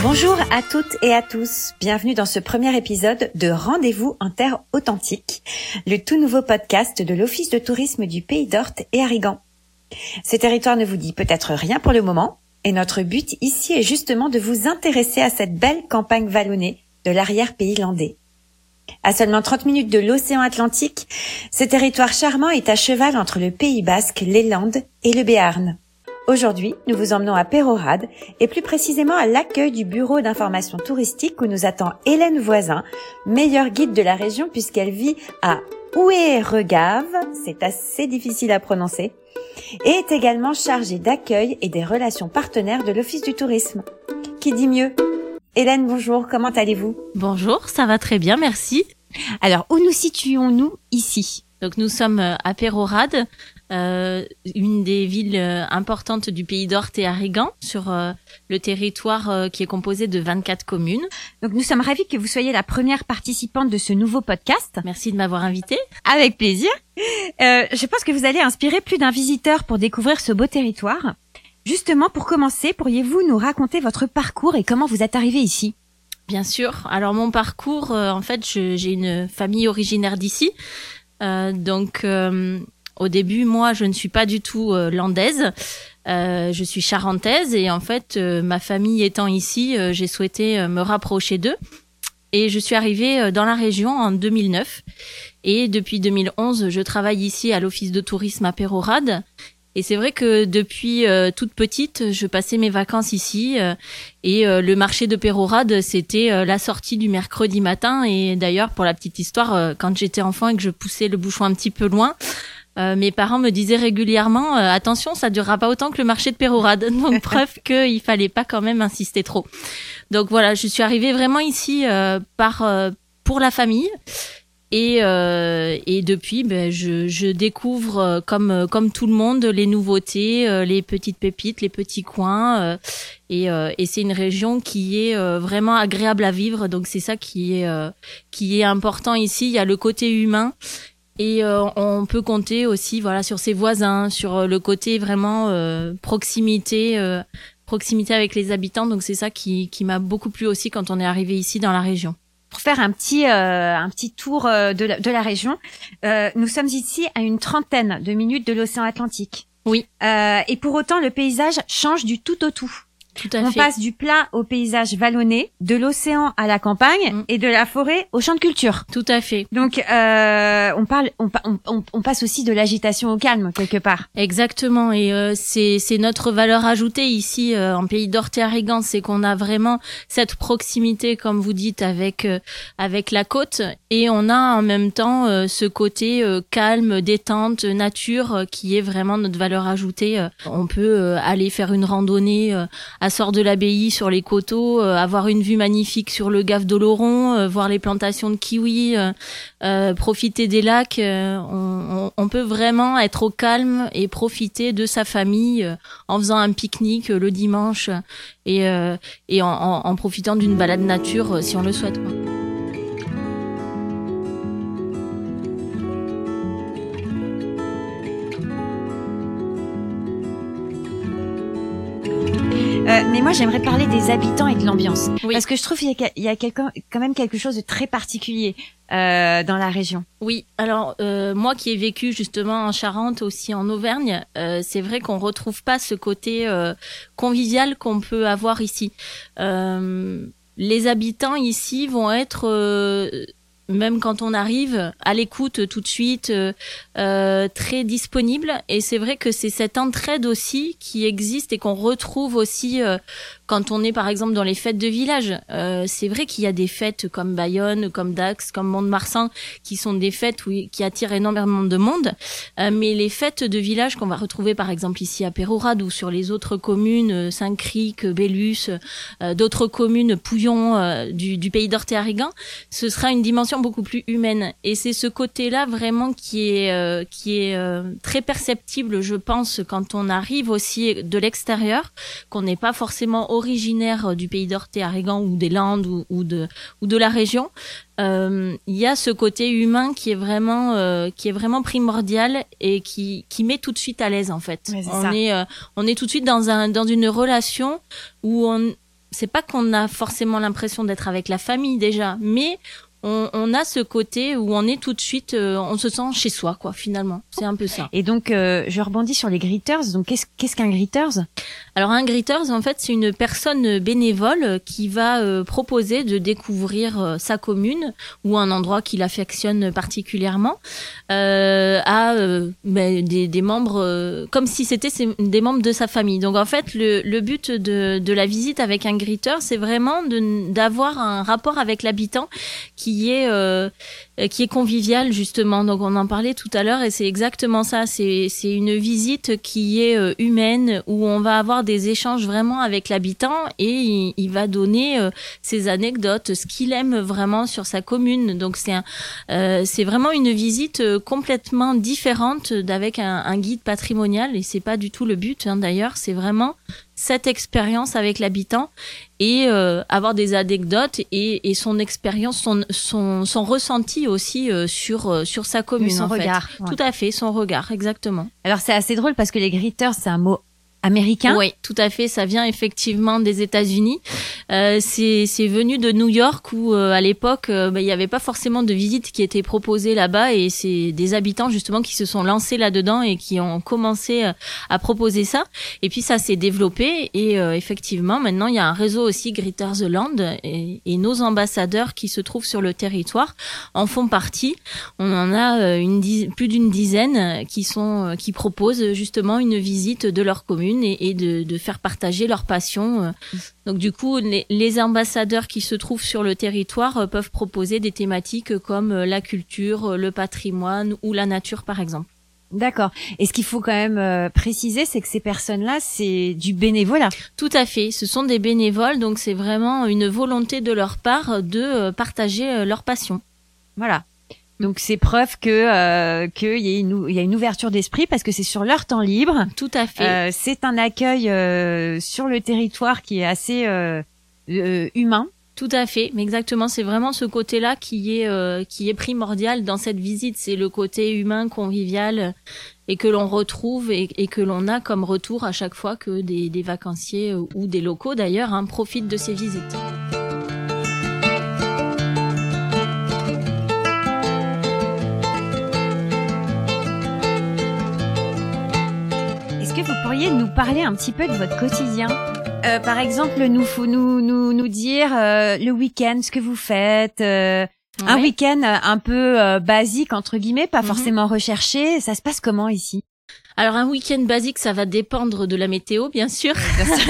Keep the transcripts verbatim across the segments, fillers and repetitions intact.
Bonjour à toutes et à tous, bienvenue dans ce premier épisode de Rendez-vous en Terre Authentique, le tout nouveau podcast de l'Office de tourisme du Pays d'Orthe et Arrigans. Ce territoire ne vous dit peut-être rien pour le moment, et notre but ici est justement de vous intéresser à cette belle campagne vallonnée de l'arrière-pays landais. À seulement trente minutes de l'océan Atlantique, ce territoire charmant est à cheval entre le Pays basque, les Landes et le Béarn. Aujourd'hui, nous vous emmenons à Peyrehorade et plus précisément à l'accueil du bureau d'information touristique où nous attend Hélène Voisin, meilleure guide de la région puisqu'elle vit à Ouéregave, c'est assez difficile à prononcer, et est également chargée d'accueil et des relations partenaires de l'Office du tourisme. Qui dit mieux ? Hélène, bonjour, comment allez-vous ? Bonjour, ça va très bien, merci. Alors, où nous situons-nous ici ? Donc nous sommes à Peyrehorade, euh, une des villes importantes du Pays d'Orthe et Arrigans, sur euh, le territoire euh, qui est composé de vingt-quatre communes. Donc nous sommes ravis que vous soyez la première participante de ce nouveau podcast. Merci de m'avoir invitée. Avec plaisir. Euh, je pense que vous allez inspirer plus d'un visiteur pour découvrir ce beau territoire. Justement, pour commencer, pourriez-vous nous raconter votre parcours et comment vous êtes arrivé ici ? Bien sûr. Alors mon parcours, euh, en fait, je, j'ai une famille originaire d'ici. Euh, donc euh, au début, moi, je ne suis pas du tout euh, landaise. Euh, je suis charentaise et en fait, euh, ma famille étant ici, euh, j'ai souhaité euh, me rapprocher d'eux. Et je suis arrivée euh, dans la région en deux mille neuf. Et depuis deux mille onze, je travaille ici à l'Office de tourisme à Peyrehorade. Et c'est vrai que depuis euh, toute petite, je passais mes vacances ici euh, et euh, le marché de Peyrehorade, c'était euh, la sortie du mercredi matin. Et d'ailleurs, pour la petite histoire, euh, quand j'étais enfant et que je poussais le bouchon un petit peu loin, euh, mes parents me disaient régulièrement euh, « Attention, ça durera pas autant que le marché de Peyrehorade ». Donc preuve qu'il fallait pas quand même insister trop. Donc voilà, je suis arrivée vraiment ici euh, par euh, pour la famille. Et euh, et depuis, ben je je découvre euh, comme comme tout le monde les nouveautés, euh, les petites pépites, les petits coins, euh, et euh, et c'est une région qui est euh, vraiment agréable à vivre. Donc c'est ça qui est euh, qui est important ici. Il y a le côté humain et euh, on peut compter aussi voilà sur ses voisins, sur le côté vraiment euh, proximité euh, proximité avec les habitants. Donc c'est ça qui qui m'a beaucoup plu aussi quand on est arrivé ici dans la région. Pour faire un petit euh, un petit tour euh, de, la, de la région, euh, nous sommes ici à une trentaine de minutes de l'océan Atlantique. Oui. Euh, et pour autant, le paysage change du tout au tout. Tout à On fait. passe du plat au paysage vallonné, de l'océan à la campagne Mm. et de la forêt au champ de culture. Tout à fait. Donc, euh, on parle, on, pa- on, on, on passe aussi de l'agitation au calme quelque part. Exactement, et euh, c'est c'est notre valeur ajoutée ici euh, en Pays d'Orthe et Arrigans, c'est qu'on a vraiment cette proximité, comme vous dites, avec euh, avec la côte, et on a en même temps euh, ce côté euh, calme, détente, nature, euh, qui est vraiment notre valeur ajoutée. Euh, on peut euh, aller faire une randonnée euh, à Sort de l'Abbaye sur les coteaux, euh, avoir une vue magnifique sur le Gave d'Oloron, euh, voir les plantations de kiwis, euh, euh, profiter des lacs. Euh, on, on, on peut vraiment être au calme et profiter de sa famille euh, en faisant un pique-nique euh, le dimanche et, euh, et en, en, en profitant d'une balade nature euh, si on le souhaite, quoi. Euh, mais moi, j'aimerais parler des habitants et de l'ambiance. Oui. Parce que je trouve qu'il y a, il y a quelqu'un, quand même quelque chose de très particulier euh, dans la région. Oui, alors euh, moi qui ai vécu justement en Charente, aussi en Auvergne, euh, c'est vrai qu'on retrouve pas ce côté euh, convivial qu'on peut avoir ici. Euh, les habitants ici vont être... Euh, même quand on arrive, à l'écoute tout de suite, euh, euh, très disponible. Et c'est vrai que c'est cette entraide aussi qui existe et qu'on retrouve aussi euh, quand on est par exemple dans les fêtes de village. Euh, c'est vrai qu'il y a des fêtes comme Bayonne, comme Dax, comme Mont-de-Marsan, qui sont des fêtes où, qui attirent énormément de monde. Euh, mais les fêtes de village qu'on va retrouver par exemple ici à Peyrehorade ou sur les autres communes, euh, Saint-Cric, Bélus, euh, d'autres communes, Pouillon, euh, du, du Pays d'Orthe et Arrigans, ce sera une dimension beaucoup plus humaine, et c'est ce côté-là vraiment qui est euh, qui est euh, très perceptible, je pense, quand on arrive aussi de l'extérieur, qu'on n'est pas forcément originaire du Pays d'Orthe et Arrigans ou des Landes ou, ou de ou de la région. Euh, il y a ce côté humain qui est vraiment euh, qui est vraiment primordial et qui qui met tout de suite à l'aise en fait. Ouais, c'est on ça. est euh, on est tout de suite dans un dans une relation où on c'est pas qu'on a forcément l'impression d'être avec la famille déjà, mais on, on a ce côté où on est tout de suite, euh, on se sent chez soi, quoi, finalement. C'est un peu ça. Et donc, euh, je rebondis sur les greeters. Donc, qu'est-ce, qu'est-ce qu'un greeters ? Alors, un greeters, en fait, c'est une personne bénévole qui va euh, proposer de découvrir euh, sa commune ou un endroit qu'il affectionne particulièrement euh, à euh, ben, des, des membres, euh, comme si c'était des membres de sa famille. Donc, en fait, le, le but de, de la visite avec un greeter, c'est vraiment de, d'avoir un rapport avec l'habitant qui qui est euh, qui est convivial justement. Donc on en parlait tout à l'heure et c'est exactement ça. C'est c'est une visite qui est euh, humaine où on va avoir des échanges vraiment avec l'habitant et il, il va donner euh, ses anecdotes, ce qu'il aime vraiment sur sa commune. Donc c'est un, euh, c'est vraiment une visite complètement différente d'avec un, un guide patrimonial et c'est pas du tout le but hein, d'ailleurs. C'est vraiment cette expérience avec l'habitant et euh, avoir des anecdotes et, et son expérience, son, son, son ressenti aussi euh, sur, euh, sur sa commune. Son en regard. Fait. Ouais. Tout à fait, son regard, exactement. Alors c'est assez drôle parce que les greeters, c'est un mot américain. Oui, tout à fait. Ça vient effectivement des États-Unis. Euh, c'est c'est venu de New York où euh, à l'époque euh, bah, il y avait pas forcément de visites qui étaient proposées là-bas et c'est des habitants justement qui se sont lancés là-dedans et qui ont commencé euh, à proposer ça. Et puis ça s'est développé et euh, effectivement maintenant il y a un réseau aussi Greeters Land et, et nos ambassadeurs qui se trouvent sur le territoire en font partie. On en a euh, une dizaine, plus d'une dizaine qui sont euh, qui proposent justement une visite de leur commune et, et de, de faire partager leur passion. Donc du coup, les, les ambassadeurs qui se trouvent sur le territoire euh, peuvent proposer des thématiques comme euh, la culture, le patrimoine ou la nature par exemple. D'accord. Et ce qu'il faut quand même euh, préciser, c'est que ces personnes-là, c'est du bénévolat. Tout à fait. Ce sont des bénévoles, donc c'est vraiment une volonté de leur part de euh, partager euh, leur passion. Voilà. Donc c'est preuve que euh, qu'il y a une il y a une ouverture d'esprit parce que c'est sur leur temps libre. Tout à fait. Euh, c'est un accueil euh, sur le territoire qui est assez euh, euh, humain. Tout à fait, mais exactement, c'est vraiment ce côté-là qui est euh, qui est primordial dans cette visite, c'est le côté humain, convivial et que l'on retrouve et, et que l'on a comme retour à chaque fois que des, des vacanciers ou des locaux d'ailleurs hein, profitent de ces visites. Est-ce que vous pourriez nous parler un petit peu de votre quotidien ? Euh, par exemple, nous nous nous nous dire euh, le week-end ce que vous faites, euh, ouais. Un week-end un peu euh, basique entre guillemets, pas mm-hmm. forcément recherché. Ça se passe comment ici ? Alors un week-end basique, ça va dépendre de la météo, bien sûr. Bien sûr.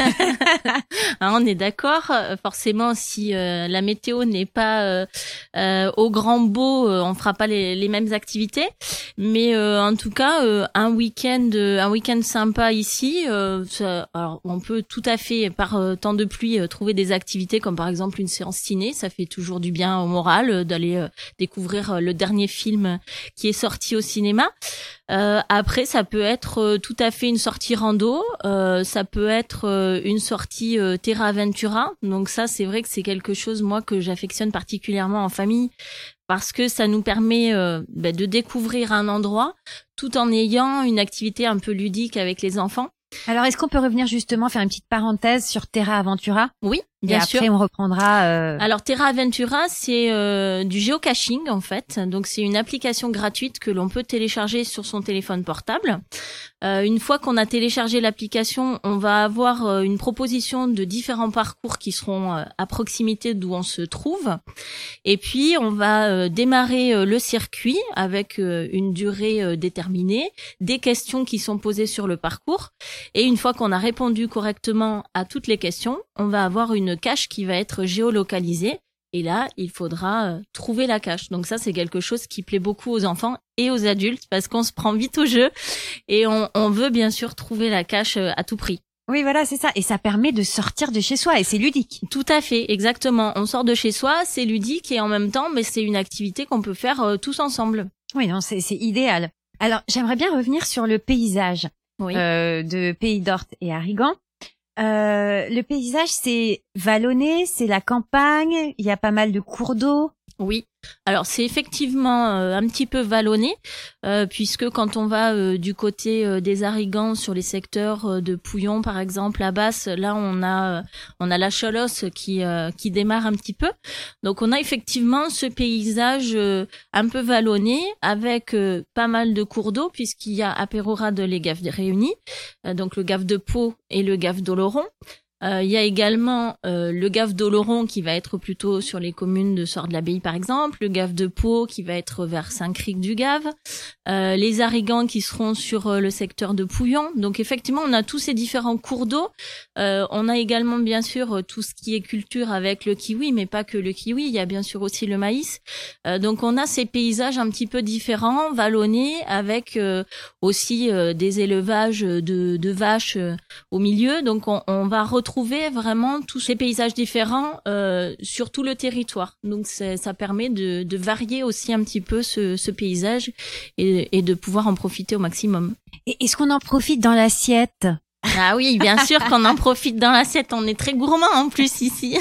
hein, on est d'accord. Forcément, si euh, la météo n'est pas euh, euh, au grand beau, euh, on fera pas les, les mêmes activités. Mais euh, en tout cas, euh, un week-end, un week-end sympa ici. Euh, ça, alors, on peut tout à fait, par euh, temps de pluie, euh, trouver des activités comme par exemple une séance ciné. Ça fait toujours du bien au moral euh, d'aller euh, découvrir euh, le dernier film qui est sorti au cinéma. Euh, après, ça peut être euh, tout à fait une sortie rando, euh, ça peut être euh, une sortie euh, Terra Aventura. Donc ça, c'est vrai que c'est quelque chose, moi, que j'affectionne particulièrement en famille parce que ça nous permet euh, bah, de découvrir un endroit tout en ayant une activité un peu ludique avec les enfants. Alors, est-ce qu'on peut revenir justement faire une petite parenthèse sur Terra Aventura ? Oui, bien Et sûr. Après, on reprendra. Euh... Alors, Terra Aventura, c'est euh, du géocaching en fait. Donc, c'est une application gratuite que l'on peut télécharger sur son téléphone portable. Euh, une fois qu'on a téléchargé l'application, on va avoir euh, une proposition de différents parcours qui seront euh, à proximité d'où on se trouve. Et puis, on va euh, démarrer euh, le circuit avec euh, une durée euh, déterminée, des questions qui sont posées sur le parcours. Et une fois qu'on a répondu correctement à toutes les questions, on va avoir une cache qui va être géolocalisée. Et là, il faudra euh, trouver la cache. Donc ça, c'est quelque chose qui plaît beaucoup aux enfants et aux adultes parce qu'on se prend vite au jeu et on, on veut bien sûr trouver la cache euh, à tout prix. Oui, voilà, c'est ça. Et ça permet de sortir de chez soi et c'est ludique. Tout à fait, exactement. On sort de chez soi, c'est ludique et en même temps, mais c'est une activité qu'on peut faire euh, tous ensemble. Oui, non, c'est, c'est idéal. Alors, j'aimerais bien revenir sur le paysage oui. euh, de Pays d'Horte et Arrigans. Euh, le paysage, c'est vallonné, c'est la campagne, il y a pas mal de cours d'eau. Oui. Alors c'est effectivement euh, un petit peu vallonné, euh, puisque quand on va euh, du côté euh, des Arigans sur les secteurs euh, de Pouillon par exemple, à Basse, là on a euh, on a la Cholosse qui euh, qui démarre un petit peu. Donc on a effectivement ce paysage euh, un peu vallonné avec euh, pas mal de cours d'eau, puisqu'il y a à Pérorade les gaves réunis, euh, donc le gave de Pau et le gave d'Oloron. Euh, il y a également euh, le gave d'Oloron qui va être plutôt sur les communes de Sordes-l'Abbaye par exemple, le gave de Pau qui va être vers Saint-Cric-du-Gave, euh, les Arigans qui seront sur euh, le secteur de Pouillon. Donc effectivement, on a tous ces différents cours d'eau. Euh, on a également bien sûr tout ce qui est culture avec le kiwi, mais pas que le kiwi, il y a bien sûr aussi le maïs. Euh, donc on a ces paysages un petit peu différents, vallonnés, avec euh, aussi euh, des élevages de, de vaches euh, au milieu. Donc on, on va retrouver trouver vraiment tous ces paysages différents euh, sur tout le territoire. Donc ça permet de, de varier aussi un petit peu ce, ce paysage et, et de pouvoir en profiter au maximum. Et est-ce qu'on en profite dans l'assiette ? Ah oui, bien sûr qu'on en profite dans l'assiette. On est très gourmand en plus ici.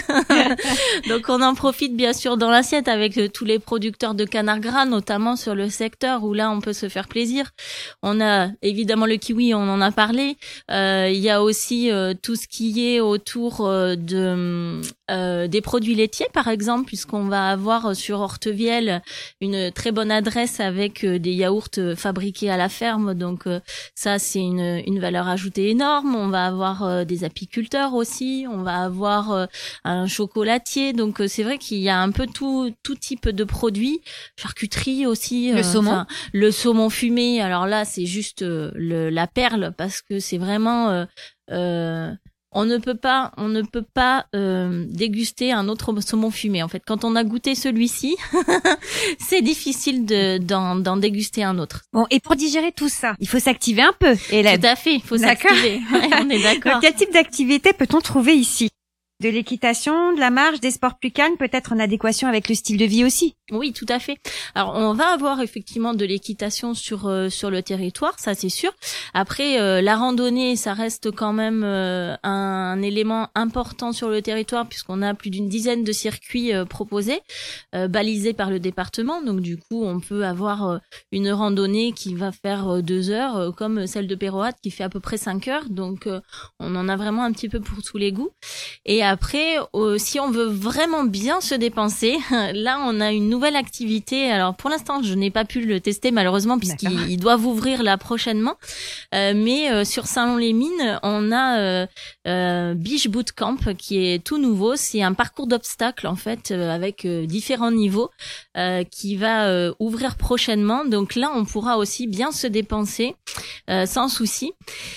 Donc on en profite bien sûr dans l'assiette avec euh, tous les producteurs de canard gras, notamment sur le secteur où là on peut se faire plaisir. On a évidemment le kiwi, on en a parlé. Euh, il y a aussi euh, tout ce qui est autour euh, de euh, des produits laitiers par exemple, puisqu'on va avoir sur Hortevielle une très bonne adresse avec euh, des yaourts fabriqués à la ferme. Donc euh, ça c'est une une valeur ajoutée énorme. On va avoir euh, des apiculteurs aussi, on va avoir euh, un chocolatier. Donc euh, c'est vrai qu'il y a un peu tout tout type de produits, charcuterie aussi. Le euh, saumon, le saumon fumé. Alors là, c'est juste euh, le, la perle parce que c'est vraiment euh, euh, on ne peut pas, on ne peut pas euh, déguster un autre saumon fumé. En fait, quand on a goûté celui-ci, c'est difficile de, d'en, d'en déguster un autre. Bon, et pour digérer tout ça, il faut s'activer un peu, Hélène. Tout à fait, il faut d'accord. s'activer. Ouais, on est d'accord. Donc, quel type d'activité peut-on trouver ici ? De l'équitation, de la marche, des sports plus calmes, peut-être en adéquation avec le style de vie aussi. Oui, tout à fait. Alors, on va avoir effectivement de l'équitation sur euh, sur le territoire, ça c'est sûr. Après, euh, la randonnée, ça reste quand même euh, un, un élément important sur le territoire puisqu'on a plus d'une dizaine de circuits euh, proposés, euh, balisés par le département. Donc, du coup, on peut avoir euh, une randonnée qui va faire euh, deux heures, euh, comme celle de Pérorade qui fait à peu près cinq heures. Donc, euh, on en a vraiment un petit peu pour tous les goûts. Et après, euh, si on veut vraiment bien se dépenser, là, on a une nouvelle activité. Alors, pour l'instant, je n'ai pas pu le tester, malheureusement, puisqu'ils ils doivent ouvrir là prochainement. Euh, mais euh, sur Saint-Lon-les-Mines, on a euh, euh, Beach Bootcamp qui est tout nouveau. C'est un parcours d'obstacles, en fait, euh, avec euh, différents niveaux euh, qui va euh, ouvrir prochainement. Donc là, on pourra aussi bien se dépenser euh, sans souci.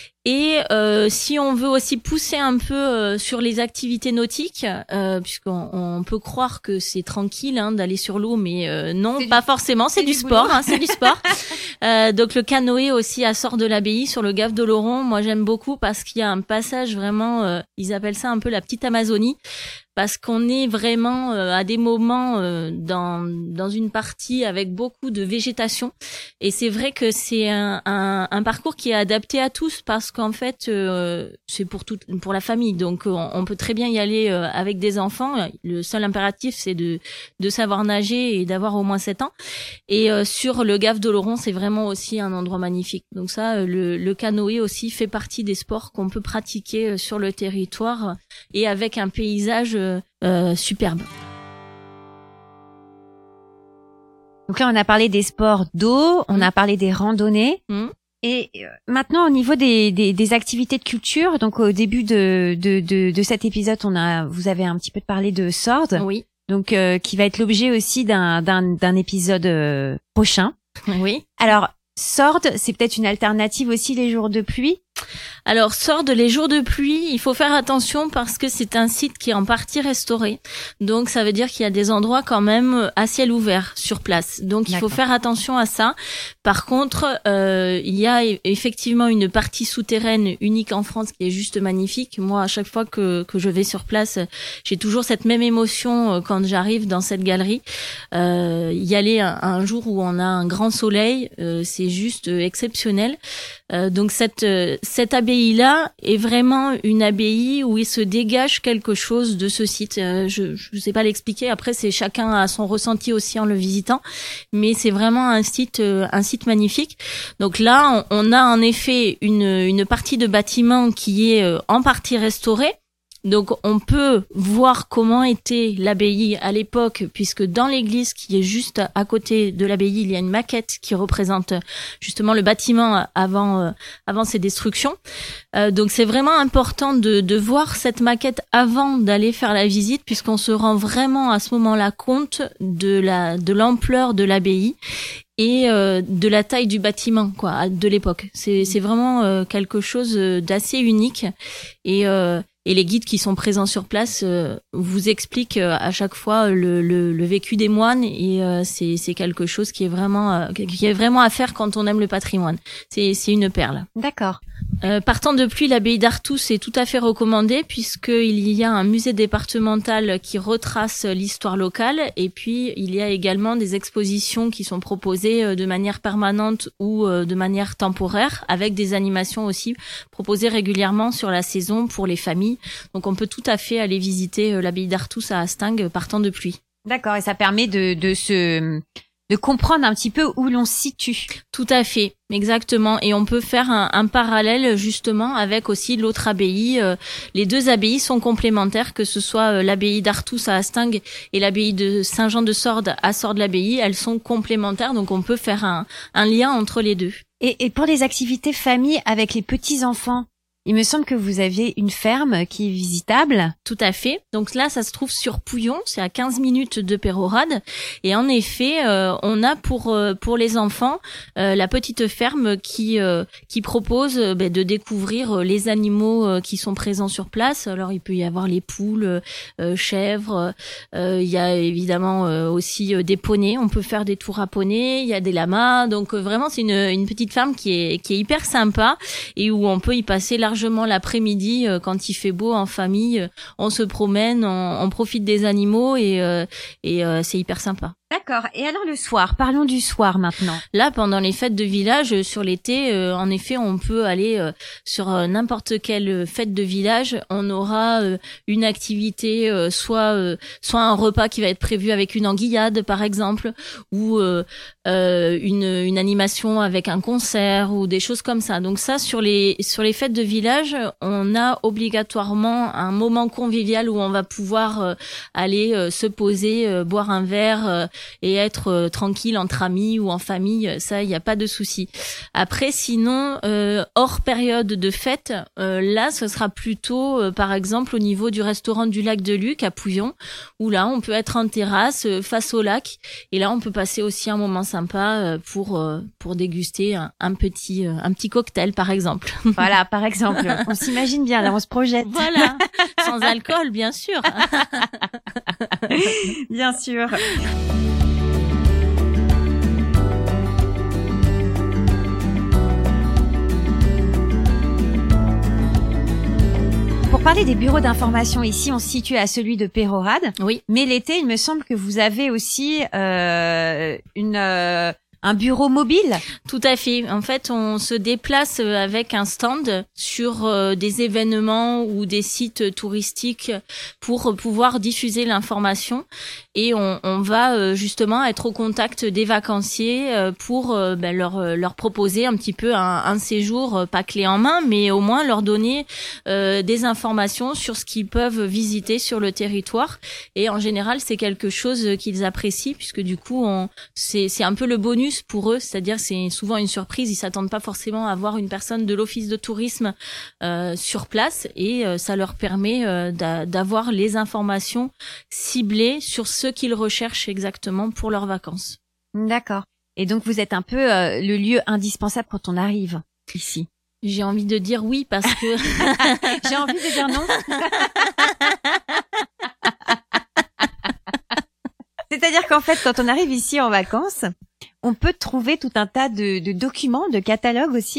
Et euh, si on veut aussi pousser un peu euh, sur les activités nautiques, euh, puisqu'on on peut croire que c'est tranquille hein, d'aller sur l'eau, mais euh, non, c'est pas du, forcément. C'est, c'est du, du sport, hein, c'est du sport. Euh, donc le canoë aussi à Sordes-l'Abbaye sur le gave d'Oloron, moi j'aime beaucoup parce qu'il y a un passage vraiment, euh, ils appellent ça un peu la petite Amazonie. Parce qu'on est vraiment euh, à des moments euh, dans dans une partie avec beaucoup de végétation et c'est vrai que c'est un, un, un parcours qui est adapté à tous parce qu'en fait euh, c'est pour tout pour la famille donc on, on peut très bien y aller euh, avec des enfants. Le seul impératif c'est de de savoir nager et d'avoir au moins sept ans et euh, sur le gave d'Oloron c'est vraiment aussi un endroit magnifique donc ça le, le canoë aussi fait partie des sports qu'on peut pratiquer sur le territoire et avec un paysage Euh, superbe. Donc là, on a parlé des sports d'eau, on mmh. a parlé des randonnées. Mmh. Et euh, maintenant, au niveau des, des, des activités de culture, donc au début de, de, de, de cet épisode, on a, vous avez un petit peu parlé de Sordes. Oui. Donc, euh, qui va être l'objet aussi d'un, d'un, d'un épisode euh, prochain. Oui. Alors, Sordes, c'est peut-être une alternative aussi les jours de pluie. Alors, Sordes, les jours de pluie, il faut faire attention parce que c'est un site qui est en partie restauré. Donc, ça veut dire qu'il y a des endroits quand même à ciel ouvert sur place. Donc, il D'accord. faut faire attention à ça. Par contre, euh, il y a effectivement une partie souterraine unique en France qui est juste magnifique. Moi, à chaque fois que, que je vais sur place, j'ai toujours cette même émotion quand j'arrive dans cette galerie. Euh, y aller un, un jour où on a un grand soleil, euh, c'est juste exceptionnel. Euh, donc, cette, cette abbaye abbaye-là est vraiment une abbaye où il se dégage quelque chose de ce site. Euh, je ne sais pas l'expliquer. Après, c'est chacun a son ressenti aussi en le visitant, mais c'est vraiment un site, euh, un site magnifique. Donc là, on, on a en effet une, une partie de bâtiment qui est euh, en partie restaurée. Donc on peut voir comment était l'abbaye à l'époque, puisque dans l'église qui est juste à côté de l'abbaye, il y a une maquette qui représente justement le bâtiment avant euh, avant ses destructions. Euh, donc c'est vraiment important de, de voir cette maquette avant d'aller faire la visite, puisqu'on se rend vraiment à ce moment-là compte de la de l'ampleur de l'abbaye et euh, de la taille du bâtiment, quoi, de l'époque. C'est c'est vraiment euh, quelque chose d'assez unique, et euh, Et les guides qui sont présents sur place euh, vous expliquent euh, à chaque fois le, le, le vécu des moines, et euh, c'est, c'est quelque chose qui est vraiment euh, qui est vraiment à faire quand on aime le patrimoine. C'est, c'est une perle. D'accord. Euh, partant depuis l'abbaye d'Artous est tout à fait recommandé, puisqu'il y a un musée départemental qui retrace l'histoire locale, et puis il y a également des expositions qui sont proposées de manière permanente ou de manière temporaire, avec des animations aussi proposées régulièrement sur la saison pour les familles. Donc on peut tout à fait aller visiter l'abbaye d'Artous à Hastingues partant de Pluy. D'accord, et ça permet de, de se... de comprendre un petit peu où l'on se situe. Tout à fait, exactement. Et on peut faire un, un parallèle justement avec aussi l'autre abbaye. Euh, les deux abbayes sont complémentaires, que ce soit euh, l'abbaye d'Artous à Hastingues et l'abbaye de Saint-Jean-de-Sordes à Sordes-l'Abbaye. Elles sont complémentaires, donc on peut faire un, un lien entre les deux. Et, et pour les activités famille avec les petits-enfants, il me semble que vous aviez une ferme qui est visitable. Tout à fait. Donc là, ça se trouve sur Pouillon, c'est à quinze minutes de Peyrehorade. Et en effet, euh, on a pour euh, pour les enfants euh, la petite ferme qui euh, qui propose euh, bah, de découvrir euh, les animaux euh, qui sont présents sur place. Alors il peut y avoir les poules, euh, chèvres. Euh, il y a évidemment euh, aussi euh, des poneys. On peut faire des tours à poneys. Il y a des lamas. Donc euh, vraiment, c'est une une petite ferme qui est qui est hyper sympa, et où on peut y passer largement l'après-midi euh, quand il fait beau en famille. Euh, on se promène, on, on profite des animaux, et euh, et euh, c'est hyper sympa. D'accord. Et alors le soir, parlons du soir maintenant. Là, pendant les fêtes de village, euh, sur l'été, euh, en effet, on peut aller euh, sur euh, n'importe quelle fête de village. On aura euh, une activité, euh, soit euh, soit un repas qui va être prévu avec une anguillade, par exemple, ou euh, euh, une une animation avec un concert, ou des choses comme ça. Donc ça, sur les sur les fêtes de village, on a obligatoirement un moment convivial où on va pouvoir euh, aller euh, se poser, euh, boire un verre, euh, et être euh, tranquille entre amis ou en famille. Ça, il n'y a pas de souci. Après, sinon, euh, hors période de fête, euh, là, ce sera plutôt, euh, par exemple, au niveau du restaurant du Lac de Luc à Pouillon, où là, on peut être en terrasse euh, face au lac, et là, on peut passer aussi un moment sympa euh, pour euh, pour déguster un, un petit euh, un petit cocktail, par exemple. Voilà, par exemple. On s'imagine bien, là, on se projette. Voilà, sans alcool, bien sûr. Bien sûr. Pour parler des bureaux d'information, ici, on se situe à celui de Peyrehorade. Oui. Mais l'été, il me semble que vous avez aussi euh, une... Euh, un bureau mobile? Tout à fait. En fait, on se déplace avec un stand sur euh, des événements ou des sites touristiques pour pouvoir diffuser l'information, et on, on va euh, justement être au contact des vacanciers euh, pour euh, ben, leur leur proposer un petit peu un, un séjour, euh, pas clé en main, mais au moins leur donner euh, des informations sur ce qu'ils peuvent visiter sur le territoire. Et en général, c'est quelque chose qu'ils apprécient, puisque du coup, on c'est c'est un peu le bonus pour eux, c'est-à-dire c'est souvent une surprise, ils s'attendent pas forcément à voir une personne de l'office de tourisme euh, sur place, et euh, ça leur permet euh, d'a- d'avoir les informations ciblées sur ce qu'ils recherchent exactement pour leurs vacances. D'accord. Et donc vous êtes un peu euh, le lieu indispensable quand on arrive ici. J'ai envie de dire oui, parce que j'ai envie de dire non. C'est-à-dire qu'en fait, quand on arrive ici en vacances, on peut trouver tout un tas de, de documents, de catalogues aussi.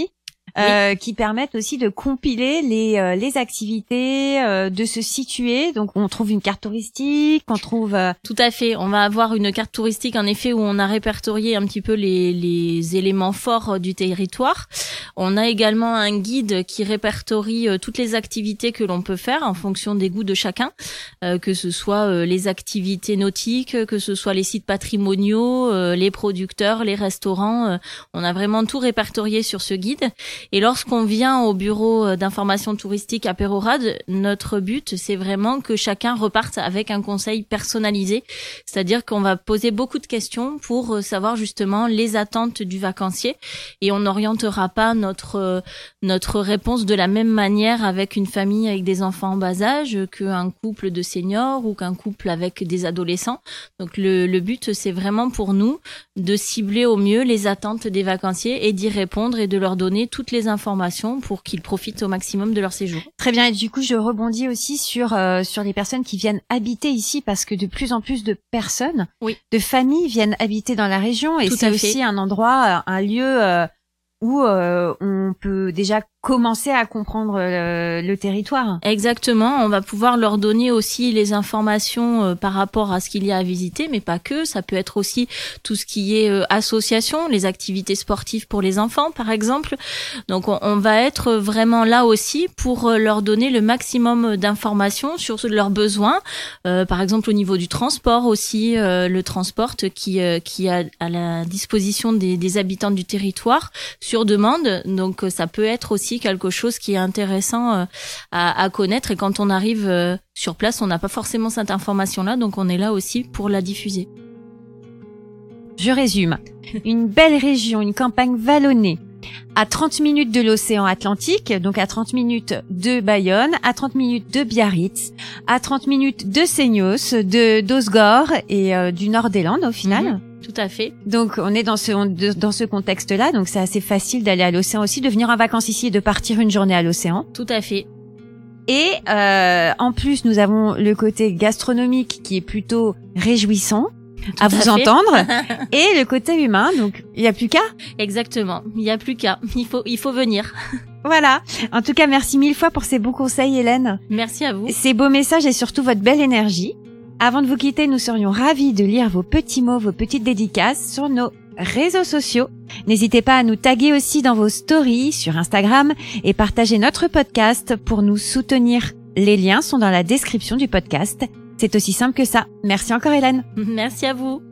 euh, oui. qui permettent aussi de compiler les euh, les activités, euh, de se situer. Donc on trouve une carte touristique, on trouve euh... tout à fait. On va avoir une carte touristique en effet où on a répertorié un petit peu les les éléments forts du territoire. On a également un guide qui répertorie euh, toutes les activités que l'on peut faire en fonction des goûts de chacun, euh, que ce soit euh, les activités nautiques, que ce soit les sites patrimoniaux, euh, les producteurs, les restaurants. Euh, on a vraiment tout répertorié sur ce guide. Et lorsqu'on vient au bureau d'information touristique à Peyrehorade, notre but, c'est vraiment que chacun reparte avec un conseil personnalisé. C'est-à-dire qu'on va poser beaucoup de questions pour savoir justement les attentes du vacancier et on n'orientera pas notre notre réponse de la même manière avec une famille avec des enfants en bas âge qu'un couple de seniors ou qu'un couple avec des adolescents. Donc le, le but, c'est vraiment pour nous de cibler au mieux les attentes des vacanciers et d'y répondre et de leur donner toutes les informations pour qu'ils profitent au maximum de leur séjour. Très bien. Et du coup, je rebondis aussi sur euh, sur les personnes qui viennent habiter ici parce que de plus en plus de personnes, oui. de familles viennent habiter dans la région et Tout c'est aussi un endroit, un lieu euh, où euh, on peut déjà commencer à comprendre le, le territoire. Exactement, on va pouvoir leur donner aussi les informations euh, par rapport à ce qu'il y a à visiter, mais pas que, ça peut être aussi tout ce qui est euh, association, les activités sportives pour les enfants par exemple. Donc on, on va être vraiment là aussi pour euh, leur donner le maximum d'informations sur leurs besoins, euh, par exemple au niveau du transport aussi, euh, le transport qui euh, qui est à la disposition des, des habitants du territoire sur demande, donc euh, ça peut être aussi quelque chose qui est intéressant euh, à, à connaître et quand on arrive euh, sur place, on n'a pas forcément cette information-là, donc on est là aussi pour la diffuser. Je résume. Une belle région, une campagne vallonnée, à trente minutes de l'océan Atlantique, donc à trente minutes de Bayonne, à trente minutes de Biarritz, à trente minutes de Seignos, de d'Osgore et euh, du nord des Landes au final. Mmh. Tout à fait. Donc on est dans ce dans ce contexte-là, donc c'est assez facile d'aller à l'océan aussi, de venir en vacances ici et de partir une journée à l'océan. Tout à fait. Et euh, en plus, nous avons le côté gastronomique qui est plutôt réjouissant à, à vous fait. entendre et le côté humain, donc il y a plus qu'à. Exactement, il y a plus qu'à. Il faut il faut venir. Voilà. En tout cas, merci mille fois pour ces beaux conseils, Hélène. Merci à vous. Ces beaux messages et surtout votre belle énergie. Avant de vous quitter, nous serions ravis de lire vos petits mots, vos petites dédicaces sur nos réseaux sociaux. N'hésitez pas à nous taguer aussi dans vos stories sur Instagram et partager notre podcast pour nous soutenir. Les liens sont dans la description du podcast. C'est aussi simple que ça. Merci encore, Hélène. Merci à vous.